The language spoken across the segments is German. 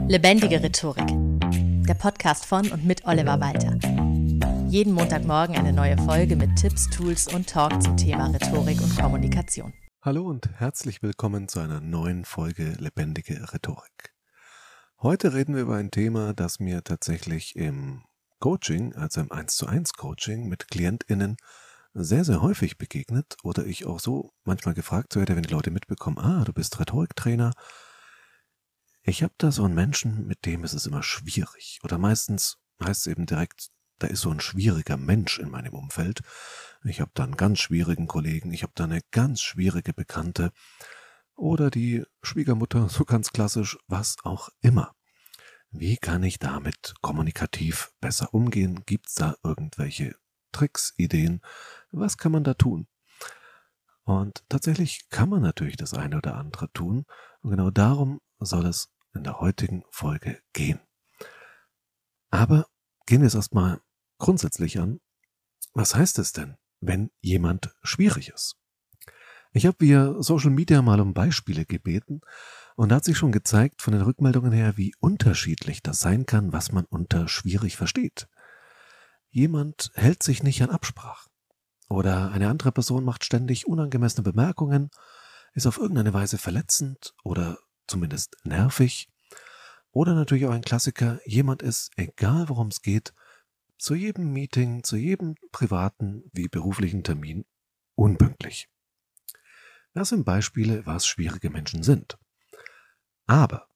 Lebendige Rhetorik. Der Podcast von und mit Oliver Walter. Jeden Montagmorgen eine neue Folge mit Tipps, Tools und Talk zum Thema Rhetorik und Kommunikation. Hallo und herzlich willkommen zu einer neuen Folge Lebendige Rhetorik. Heute reden wir über ein Thema, das mir tatsächlich im Coaching, also im 1:1 Coaching mit KlientInnen sehr, sehr häufig begegnet oder ich auch so manchmal gefragt werde, wenn die Leute mitbekommen, du bist Rhetoriktrainer. Ich habe da so einen Menschen, mit dem ist es immer schwierig. Oder meistens heißt es eben direkt, da ist so ein schwieriger Mensch in meinem Umfeld. Ich habe da einen ganz schwierigen Kollegen, ich habe da eine ganz schwierige Bekannte oder die Schwiegermutter, so ganz klassisch, was auch immer. Wie kann ich damit kommunikativ besser umgehen? Gibt es da irgendwelche Tricks, Ideen? Was kann man da tun? Und tatsächlich kann man natürlich das eine oder andere tun. Und genau darum soll es in der heutigen Folge gehen. Aber gehen wir es erstmal grundsätzlich an. Was heißt es denn, wenn jemand schwierig ist? Ich habe via Social Media mal um Beispiele gebeten und da hat sich schon gezeigt von den Rückmeldungen her, wie unterschiedlich das sein kann, was man unter schwierig versteht. Jemand hält sich nicht an Absprachen oder eine andere Person macht ständig unangemessene Bemerkungen, ist auf irgendeine Weise verletzend oder zumindest nervig. Oder natürlich auch ein Klassiker, jemand ist, egal worum es geht, zu jedem Meeting, zu jedem privaten wie beruflichen Termin unpünktlich. Das sind Beispiele, was schwierige Menschen sind. Aber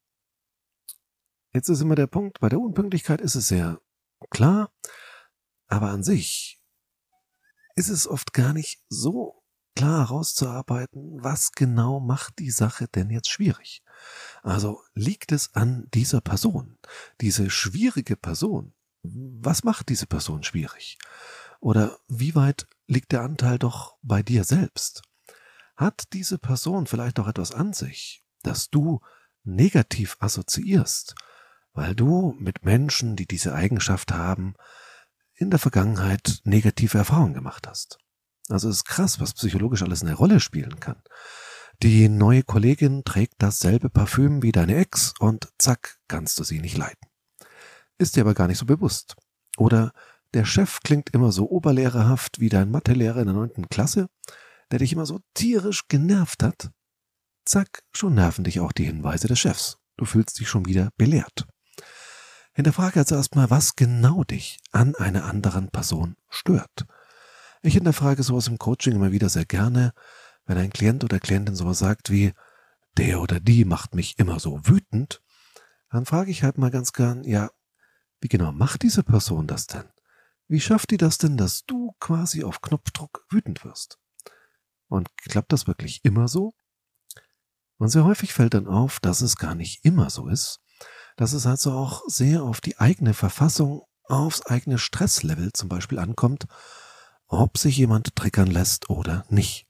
jetzt ist immer der Punkt, bei der Unpünktlichkeit ist es sehr klar, aber an sich ist es oft gar nicht so klar herauszuarbeiten, was genau macht die Sache denn jetzt schwierig. Also liegt es an dieser Person, diese schwierige Person, was macht diese Person schwierig? Oder wie weit liegt der Anteil doch bei dir selbst? Hat diese Person vielleicht auch etwas an sich, das du negativ assoziierst, weil du mit Menschen, die diese Eigenschaft haben, in der Vergangenheit negative Erfahrungen gemacht hast? Also es ist krass, was psychologisch alles eine Rolle spielen kann. Die neue Kollegin trägt dasselbe Parfüm wie deine Ex und zack, kannst du sie nicht leiden. Ist dir aber gar nicht so bewusst. Oder der Chef klingt immer so oberlehrerhaft wie dein Mathelehrer in der 9. Klasse, der dich immer so tierisch genervt hat. Zack, schon nerven dich auch die Hinweise des Chefs. Du fühlst dich schon wieder belehrt. Hinterfrage also erstmal, was genau dich an einer anderen Person stört. Ich hinterfrage sowas im Coaching immer wieder sehr gerne, wenn ein Klient oder Klientin sowas sagt wie, der oder die macht mich immer so wütend, dann frage ich halt mal ganz gern, wie genau macht diese Person das denn? Wie schafft die das denn, dass du quasi auf Knopfdruck wütend wirst? Und klappt das wirklich immer so? Und sehr häufig fällt dann auf, dass es gar nicht immer so ist, dass es also auch sehr auf die eigene Verfassung, aufs eigene Stresslevel zum Beispiel ankommt, ob sich jemand triggern lässt oder nicht.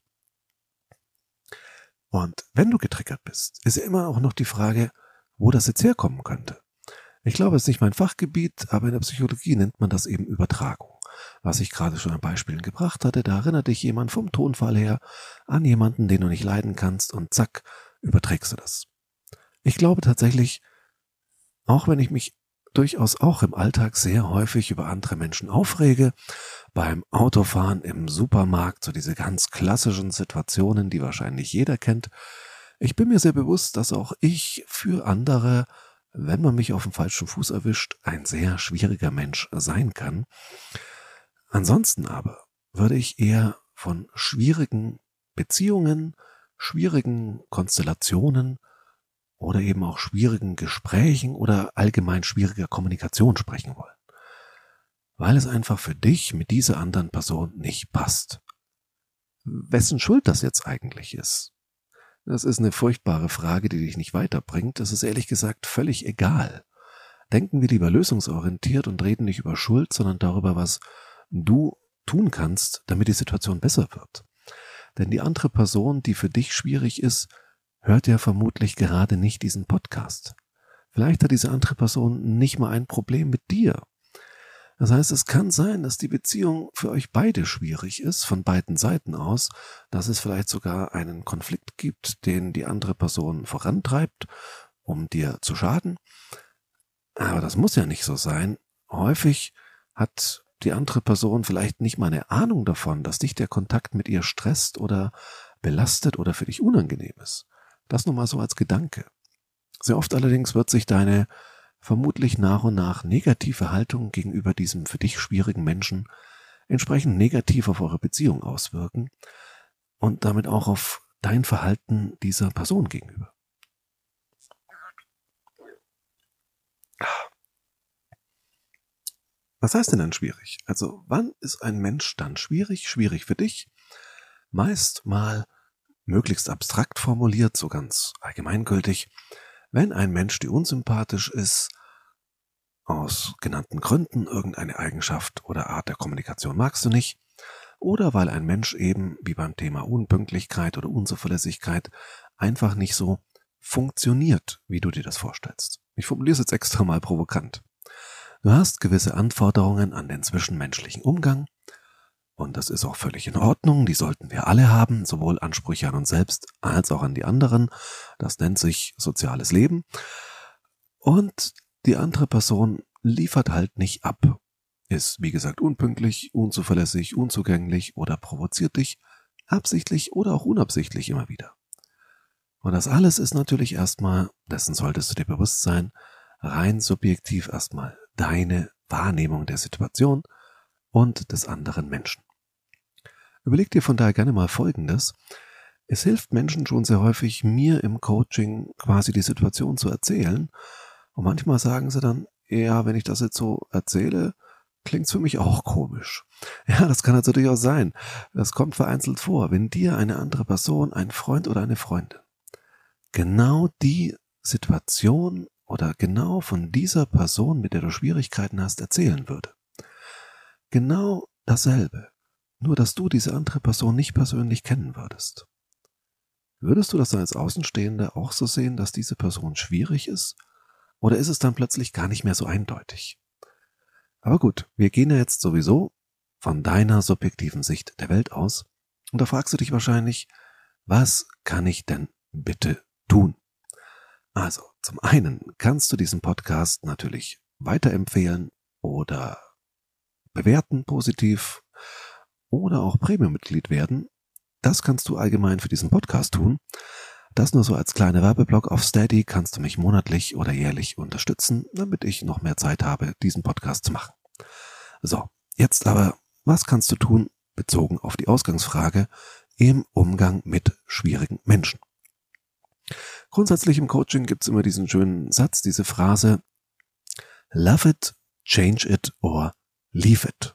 Und wenn du getriggert bist, ist ja immer auch noch die Frage, wo das jetzt herkommen könnte. Ich glaube, es ist nicht mein Fachgebiet, aber in der Psychologie nennt man das eben Übertragung. Was ich gerade schon an Beispielen gebracht hatte, da erinnert dich jemand vom Tonfall her an jemanden, den du nicht leiden kannst und zack, überträgst du das. Ich glaube tatsächlich, auch wenn ich mich durchaus auch im Alltag sehr häufig über andere Menschen aufrege, beim Autofahren im Supermarkt, so diese ganz klassischen Situationen, die wahrscheinlich jeder kennt. Ich bin mir sehr bewusst, dass auch ich für andere, wenn man mich auf dem falschen Fuß erwischt, ein sehr schwieriger Mensch sein kann. Ansonsten aber würde ich eher von schwierigen Beziehungen, schwierigen Konstellationen oder eben auch schwierigen Gesprächen oder allgemein schwieriger Kommunikation sprechen wollen. Weil es einfach für dich mit dieser anderen Person nicht passt. Wessen Schuld das jetzt eigentlich ist, das ist eine furchtbare Frage, die dich nicht weiterbringt. Das ist ehrlich gesagt völlig egal. Denken wir lieber lösungsorientiert und reden nicht über Schuld, sondern darüber, was du tun kannst, damit die Situation besser wird. Denn die andere Person, die für dich schwierig ist, hört ja vermutlich gerade nicht diesen Podcast. Vielleicht hat diese andere Person nicht mal ein Problem mit dir. Das heißt, es kann sein, dass die Beziehung für euch beide schwierig ist, von beiden Seiten aus, dass es vielleicht sogar einen Konflikt gibt, den die andere Person vorantreibt, um dir zu schaden. Aber das muss ja nicht so sein. Häufig hat die andere Person vielleicht nicht mal eine Ahnung davon, dass dich der Kontakt mit ihr stresst oder belastet oder für dich unangenehm ist. Das nur mal so als Gedanke. Sehr oft allerdings wird sich deine vermutlich nach und nach negative Haltung gegenüber diesem für dich schwierigen Menschen entsprechend negativ auf eure Beziehung auswirken und damit auch auf dein Verhalten dieser Person gegenüber. Was heißt denn dann schwierig? Also wann ist ein Mensch dann schwierig? Schwierig für dich? Meist mal möglichst abstrakt formuliert, so ganz allgemeingültig, wenn ein Mensch dir unsympathisch ist, aus genannten Gründen, irgendeine Eigenschaft oder Art der Kommunikation magst du nicht, oder weil ein Mensch eben, wie beim Thema Unpünktlichkeit oder Unzuverlässigkeit, einfach nicht so funktioniert, wie du dir das vorstellst. Ich formuliere es jetzt extra mal provokant. Du hast gewisse Anforderungen an den zwischenmenschlichen Umgang und das ist auch völlig in Ordnung, die sollten wir alle haben, sowohl Ansprüche an uns selbst als auch an die anderen. Das nennt sich soziales Leben. Und die andere Person liefert halt nicht ab, ist wie gesagt unpünktlich, unzuverlässig, unzugänglich oder provoziert dich absichtlich oder auch unabsichtlich immer wieder. Und das alles ist natürlich erstmal, dessen solltest du dir bewusst sein, rein subjektiv erstmal deine Wahrnehmung der Situation und des anderen Menschen. Überleg dir von daher gerne mal Folgendes. Es hilft Menschen schon sehr häufig, mir im Coaching quasi die Situation zu erzählen. Und manchmal sagen sie dann, ja, wenn ich das jetzt so erzähle, klingt es für mich auch komisch. Ja, das kann natürlich auch sein. Das kommt vereinzelt vor, wenn dir eine andere Person, ein Freund oder eine Freundin, genau die Situation oder genau von dieser Person, mit der du Schwierigkeiten hast, erzählen würde. Genau dasselbe, nur dass du diese andere Person nicht persönlich kennen würdest. Würdest du das dann als Außenstehender auch so sehen, dass diese Person schwierig ist? Oder ist es dann plötzlich gar nicht mehr so eindeutig? Aber gut, wir gehen ja jetzt sowieso von deiner subjektiven Sicht der Welt aus und da fragst du dich wahrscheinlich, was kann ich denn bitte tun? Also, zum einen kannst du diesen Podcast natürlich weiterempfehlen oder bewerten positiv oder auch Premium-Mitglied werden. Das kannst du allgemein für diesen Podcast tun. Das nur so als kleiner Werbeblock auf Steady kannst du mich monatlich oder jährlich unterstützen, damit ich noch mehr Zeit habe, diesen Podcast zu machen. So, jetzt aber, was kannst du tun, bezogen auf die Ausgangsfrage, im Umgang mit schwierigen Menschen? Grundsätzlich im Coaching gibt es immer diesen schönen Satz, diese Phrase, love it, change it or leave it.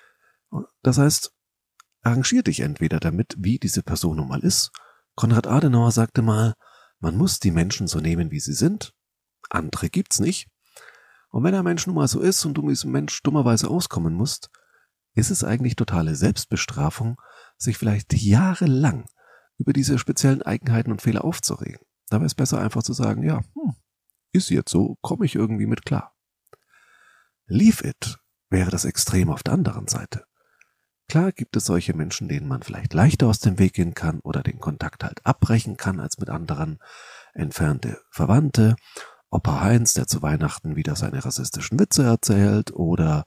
Das heißt, arrangier dich entweder damit, wie diese Person nun mal ist. Konrad Adenauer sagte mal, man muss die Menschen so nehmen, wie sie sind. Andere gibt's nicht. Und wenn ein Mensch nun mal so ist und du mit diesem Mensch dummerweise auskommen musst, ist es eigentlich totale Selbstbestrafung, sich vielleicht jahrelang über diese speziellen Eigenheiten und Fehler aufzuregen. Da wäre es besser einfach zu sagen, ja, ist jetzt so, komme ich irgendwie mit klar. Leave it wäre das Extrem auf der anderen Seite. Klar gibt es solche Menschen, denen man vielleicht leichter aus dem Weg gehen kann oder den Kontakt halt abbrechen kann als mit anderen, entfernte Verwandte, Opa Heinz, der zu Weihnachten wieder seine rassistischen Witze erzählt oder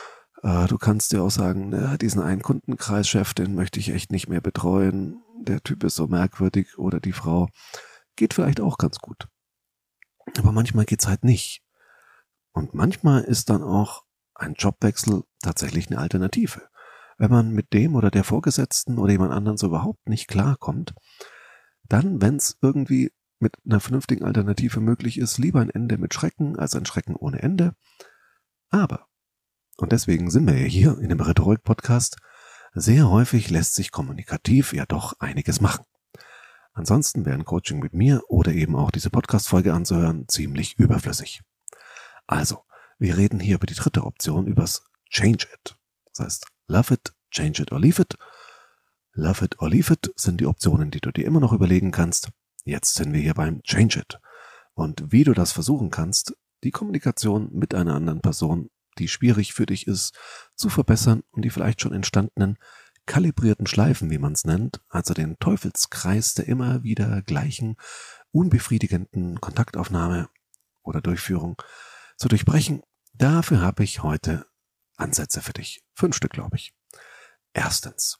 du kannst dir auch sagen, diesen einen Kundenkreischef, den möchte ich echt nicht mehr betreuen, der Typ ist so merkwürdig oder die Frau, geht vielleicht auch ganz gut. Aber manchmal geht's halt nicht. Und manchmal ist dann auch ein Jobwechsel tatsächlich eine Alternative. Wenn man mit dem oder der Vorgesetzten oder jemand anderen so überhaupt nicht klarkommt, dann, wenn es irgendwie mit einer vernünftigen Alternative möglich ist, lieber ein Ende mit Schrecken als ein Schrecken ohne Ende. Aber, und deswegen sind wir ja hier in dem Rhetorik-Podcast, sehr häufig lässt sich kommunikativ ja doch einiges machen. Ansonsten wäre ein Coaching mit mir oder eben auch diese Podcast-Folge anzuhören ziemlich überflüssig. Also, wir reden hier über die dritte Option, übers Change It. Das heißt, love it, change it or leave it. Love it or leave it sind die Optionen, die du dir immer noch überlegen kannst. Jetzt sind wir hier beim Change It. Und wie du das versuchen kannst, die Kommunikation mit einer anderen Person, die schwierig für dich ist, zu verbessern und die vielleicht schon entstandenen kalibrierten Schleifen, wie man es nennt, also den Teufelskreis der immer wieder gleichen, unbefriedigenden Kontaktaufnahme oder Durchführung, zu durchbrechen, dafür habe ich heute Ansätze für dich. 5 Stück, glaube ich. Erstens,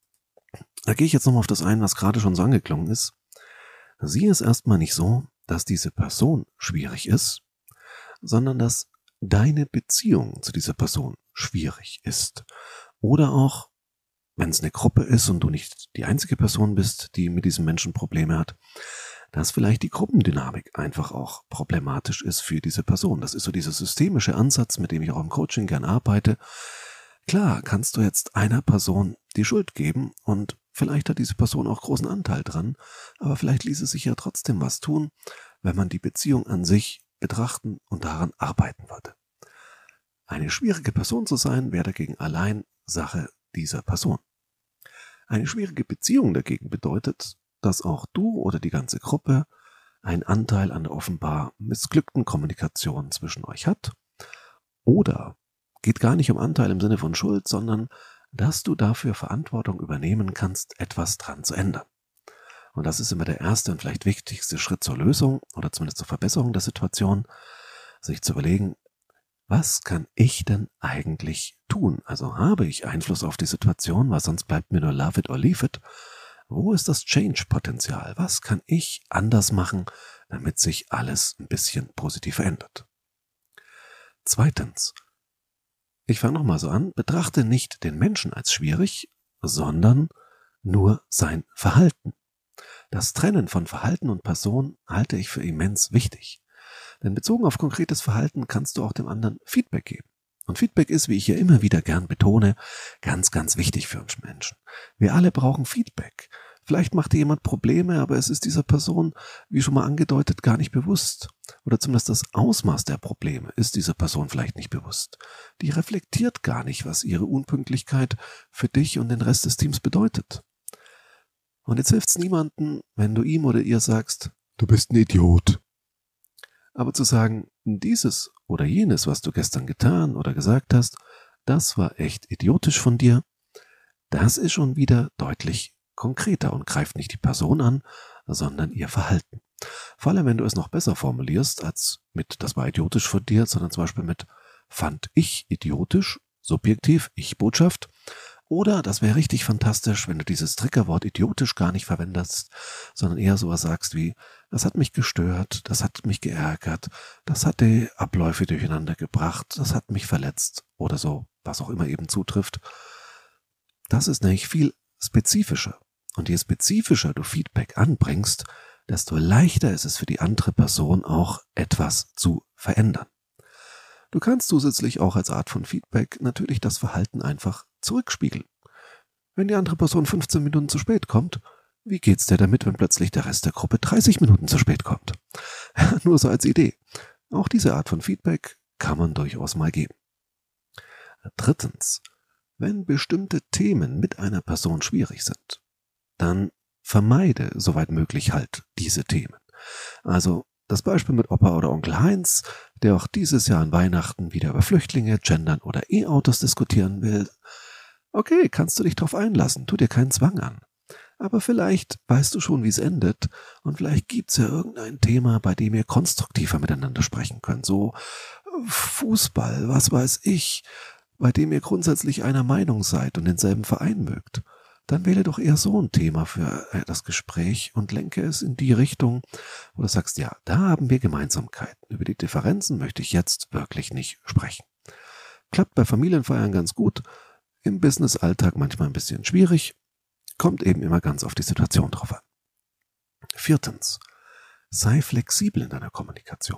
da gehe ich jetzt nochmal auf das ein, was gerade schon so angeklungen ist. Sieh es erstmal nicht so, dass diese Person schwierig ist, sondern dass deine Beziehung zu dieser Person schwierig ist. Oder auch, wenn es eine Gruppe ist und du nicht die einzige Person bist, die mit diesem Menschen Probleme hat, dass vielleicht die Gruppendynamik einfach auch problematisch ist für diese Person. Das ist so dieser systemische Ansatz, mit dem ich auch im Coaching gern arbeite. Klar, kannst du jetzt einer Person die Schuld geben und vielleicht hat diese Person auch großen Anteil dran, aber vielleicht ließe sich ja trotzdem was tun, wenn man die Beziehung an sich betrachten und daran arbeiten würde. Eine schwierige Person zu sein, wäre dagegen allein Sache dieser Person. Eine schwierige Beziehung dagegen bedeutet, dass auch du oder die ganze Gruppe einen Anteil an der offenbar missglückten Kommunikation zwischen euch hat. Oder geht gar nicht um Anteil im Sinne von Schuld, sondern dass du dafür Verantwortung übernehmen kannst, etwas dran zu ändern. Und das ist immer der erste und vielleicht wichtigste Schritt zur Lösung oder zumindest zur Verbesserung der Situation, sich zu überlegen, was kann ich denn eigentlich tun? Also habe ich Einfluss auf die Situation, weil sonst bleibt mir nur love it or leave it. Wo ist das Change-Potenzial? Was kann ich anders machen, damit sich alles ein bisschen positiv verändert? Zweitens, ich fange nochmal so an, betrachte nicht den Menschen als schwierig, sondern nur sein Verhalten. Das Trennen von Verhalten und Person halte ich für immens wichtig. Denn bezogen auf konkretes Verhalten kannst du auch dem anderen Feedback geben. Und Feedback ist, wie ich ja immer wieder gern betone, ganz, ganz wichtig für uns Menschen. Wir alle brauchen Feedback. Vielleicht macht dir jemand Probleme, aber es ist dieser Person, wie schon mal angedeutet, gar nicht bewusst. Oder zumindest das Ausmaß der Probleme ist dieser Person vielleicht nicht bewusst. Die reflektiert gar nicht, was ihre Unpünktlichkeit für dich und den Rest des Teams bedeutet. Und jetzt hilft es niemandem, wenn du ihm oder ihr sagst, du bist ein Idiot. Aber zu sagen, dieses oder jenes, was du gestern getan oder gesagt hast, das war echt idiotisch von dir, das ist schon wieder deutlich konkreter und greift nicht die Person an, sondern ihr Verhalten. Vor allem, wenn du es noch besser formulierst als mit das war idiotisch von dir, sondern zum Beispiel mit fand ich idiotisch, subjektiv, Ich-Botschaft. Oder, das wäre richtig fantastisch, wenn du dieses Triggerwort idiotisch gar nicht verwendest, sondern eher sowas sagst wie, das hat mich gestört, das hat mich geärgert, das hat die Abläufe durcheinander gebracht, das hat mich verletzt oder so, was auch immer eben zutrifft. Das ist nämlich viel spezifischer. Und je spezifischer du Feedback anbringst, desto leichter ist es für die andere Person auch etwas zu verändern. Du kannst zusätzlich auch als Art von Feedback natürlich das Verhalten einfach zurückspiegeln. Wenn die andere Person 15 Minuten zu spät kommt, wie geht's dir damit, wenn plötzlich der Rest der Gruppe 30 Minuten zu spät kommt? Nur so als Idee. Auch diese Art von Feedback kann man durchaus mal geben. Drittens, wenn bestimmte Themen mit einer Person schwierig sind, dann vermeide soweit möglich halt diese Themen. Also das Beispiel mit Opa oder Onkel Heinz, der auch dieses Jahr an Weihnachten wieder über Flüchtlinge, Gendern oder E-Autos diskutieren will. Okay, kannst du dich drauf einlassen, tu dir keinen Zwang an. Aber vielleicht weißt du schon, wie es endet und vielleicht gibt's ja irgendein Thema, bei dem ihr konstruktiver miteinander sprechen könnt. So Fußball, was weiß ich, bei dem ihr grundsätzlich einer Meinung seid und denselben Verein mögt. Dann wähle doch eher so ein Thema für das Gespräch und lenke es in die Richtung, wo du sagst, ja, da haben wir Gemeinsamkeiten. Über die Differenzen möchte ich jetzt wirklich nicht sprechen. Klappt bei Familienfeiern ganz gut, im Business-Alltag manchmal ein bisschen schwierig, kommt eben immer ganz auf die Situation drauf an. Viertens, sei flexibel in deiner Kommunikation.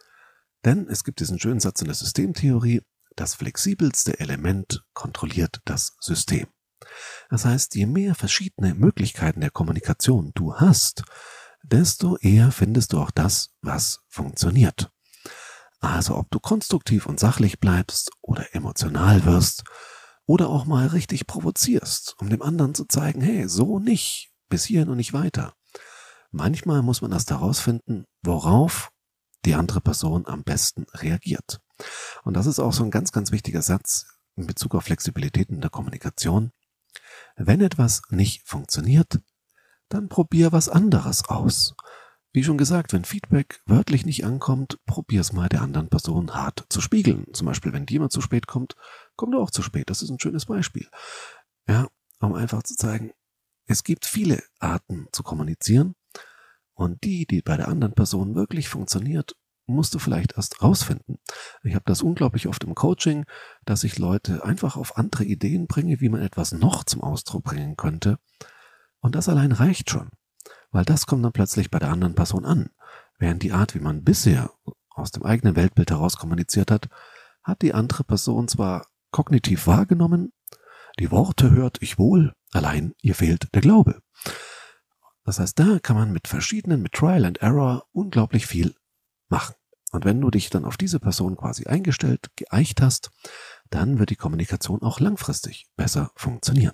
Denn es gibt diesen schönen Satz in der Systemtheorie, das flexibelste Element kontrolliert das System. Das heißt, je mehr verschiedene Möglichkeiten der Kommunikation du hast, desto eher findest du auch das, was funktioniert. Also ob du konstruktiv und sachlich bleibst oder emotional wirst oder auch mal richtig provozierst, um dem anderen zu zeigen, hey, so nicht, bis hierhin und nicht weiter. Manchmal muss man erst herausfinden, worauf die andere Person am besten reagiert. Und das ist auch so ein ganz, ganz wichtiger Satz in Bezug auf Flexibilität in der Kommunikation. Wenn etwas nicht funktioniert, dann probier was anderes aus. Wie schon gesagt, wenn Feedback wörtlich nicht ankommt, probier's mal der anderen Person hart zu spiegeln. Zum Beispiel, wenn jemand zu spät kommt, kommt er auch zu spät. Das ist ein schönes Beispiel. Ja, um einfach zu zeigen, es gibt viele Arten zu kommunizieren und die bei der anderen Person wirklich funktioniert, musst du vielleicht erst rausfinden. Ich habe das unglaublich oft im Coaching, dass ich Leute einfach auf andere Ideen bringe, wie man etwas noch zum Ausdruck bringen könnte. Und das allein reicht schon. Weil das kommt dann plötzlich bei der anderen Person an. Während die Art, wie man bisher aus dem eigenen Weltbild heraus kommuniziert hat, hat die andere Person zwar kognitiv wahrgenommen, die Worte hört ich wohl, allein ihr fehlt der Glaube. Das heißt, da kann man mit Trial and Error unglaublich viel machen. Und wenn du dich dann auf diese Person quasi geeicht hast, dann wird die Kommunikation auch langfristig besser funktionieren.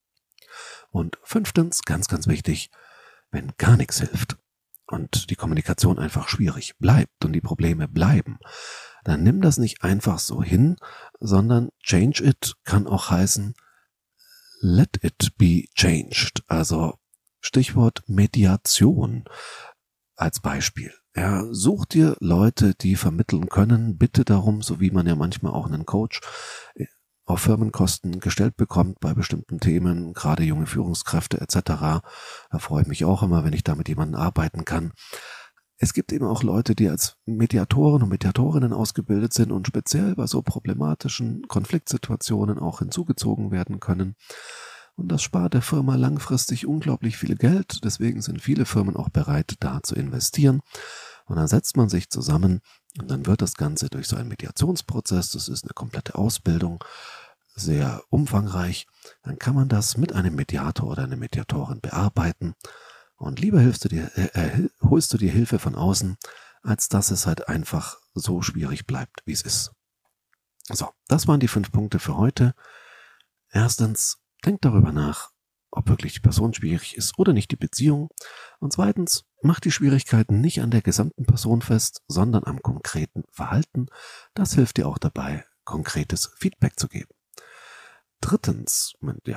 Und 5. ganz, ganz wichtig, wenn gar nichts hilft und die Kommunikation einfach schwierig bleibt und die Probleme bleiben, dann nimm das nicht einfach so hin, sondern change it kann auch heißen, let it be changed. Also Stichwort Mediation als Beispiel. Ja, such dir Leute, die vermitteln können, bitte darum, so wie man ja manchmal auch einen Coach auf Firmenkosten gestellt bekommt bei bestimmten Themen, gerade junge Führungskräfte etc. Da freue ich mich auch immer, wenn ich da mit jemandem arbeiten kann. Es gibt eben auch Leute, die als Mediatoren und Mediatorinnen ausgebildet sind und speziell bei so problematischen Konfliktsituationen auch hinzugezogen werden können. Und das spart der Firma langfristig unglaublich viel Geld. Deswegen sind viele Firmen auch bereit, da zu investieren. Und dann setzt man sich zusammen und dann wird das Ganze durch so einen Mediationsprozess, das ist eine komplette Ausbildung, sehr umfangreich, dann kann man das mit einem Mediator oder einer Mediatorin bearbeiten. Und lieber holst du dir Hilfe von außen, als dass es halt einfach so schwierig bleibt, wie es ist. So, das waren die 5 Punkte für heute. Erstens, denk darüber nach, ob wirklich die Person schwierig ist oder nicht die Beziehung. Und zweitens, mach die Schwierigkeiten nicht an der gesamten Person fest, sondern am konkreten Verhalten. Das hilft dir auch dabei, konkretes Feedback zu geben. Drittens,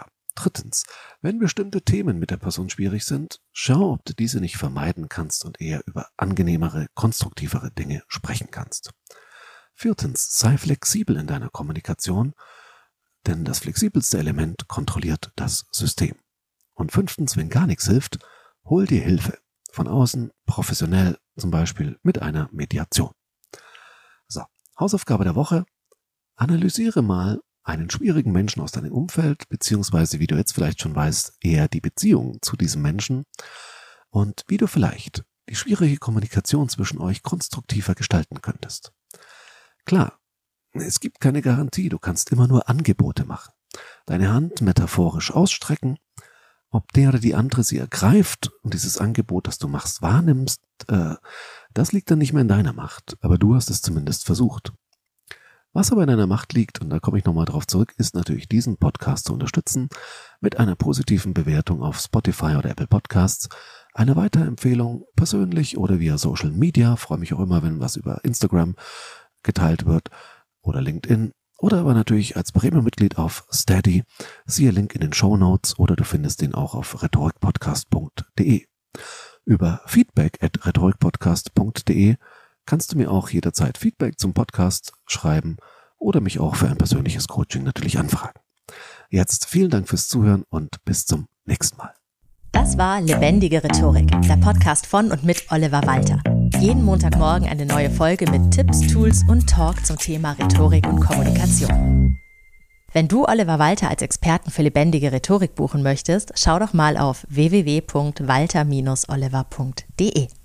wenn bestimmte Themen mit der Person schwierig sind, schau, ob du diese nicht vermeiden kannst und eher über angenehmere, konstruktivere Dinge sprechen kannst. 4, sei flexibel in deiner Kommunikation, denn das flexibelste Element kontrolliert das System. Und 5, wenn gar nichts hilft, hol dir Hilfe von außen, professionell, zum Beispiel mit einer Mediation. So, Hausaufgabe der Woche: Analysiere mal einen schwierigen Menschen aus deinem Umfeld, beziehungsweise, wie du jetzt vielleicht schon weißt, eher die Beziehung zu diesem Menschen und wie du vielleicht die schwierige Kommunikation zwischen euch konstruktiver gestalten könntest. Klar, es gibt keine Garantie, du kannst immer nur Angebote machen. Deine Hand metaphorisch ausstrecken, ob der oder die andere sie ergreift und dieses Angebot, das du machst, wahrnimmst, das liegt dann nicht mehr in deiner Macht, aber du hast es zumindest versucht. Was aber in deiner Macht liegt, und da komme ich nochmal drauf zurück, ist natürlich diesen Podcast zu unterstützen mit einer positiven Bewertung auf Spotify oder Apple Podcasts, eine Weiterempfehlung persönlich oder via Social Media. Freue mich auch immer, wenn was über Instagram geteilt wird oder LinkedIn oder aber natürlich als Premium-Mitglied auf Steady. Siehe Link in den Shownotes oder du findest den auch auf rhetorikpodcast.de. Über feedback@rhetorikpodcast.de kannst du mir auch jederzeit Feedback zum Podcast schreiben oder mich auch für ein persönliches Coaching natürlich anfragen. Jetzt vielen Dank fürs Zuhören und bis zum nächsten Mal. Das war Lebendige Rhetorik, der Podcast von und mit Oliver Walter. Jeden Montagmorgen eine neue Folge mit Tipps, Tools und Talk zum Thema Rhetorik und Kommunikation. Wenn du Oliver Walter als Experten für lebendige Rhetorik buchen möchtest, schau doch mal auf www.walter-oliver.de.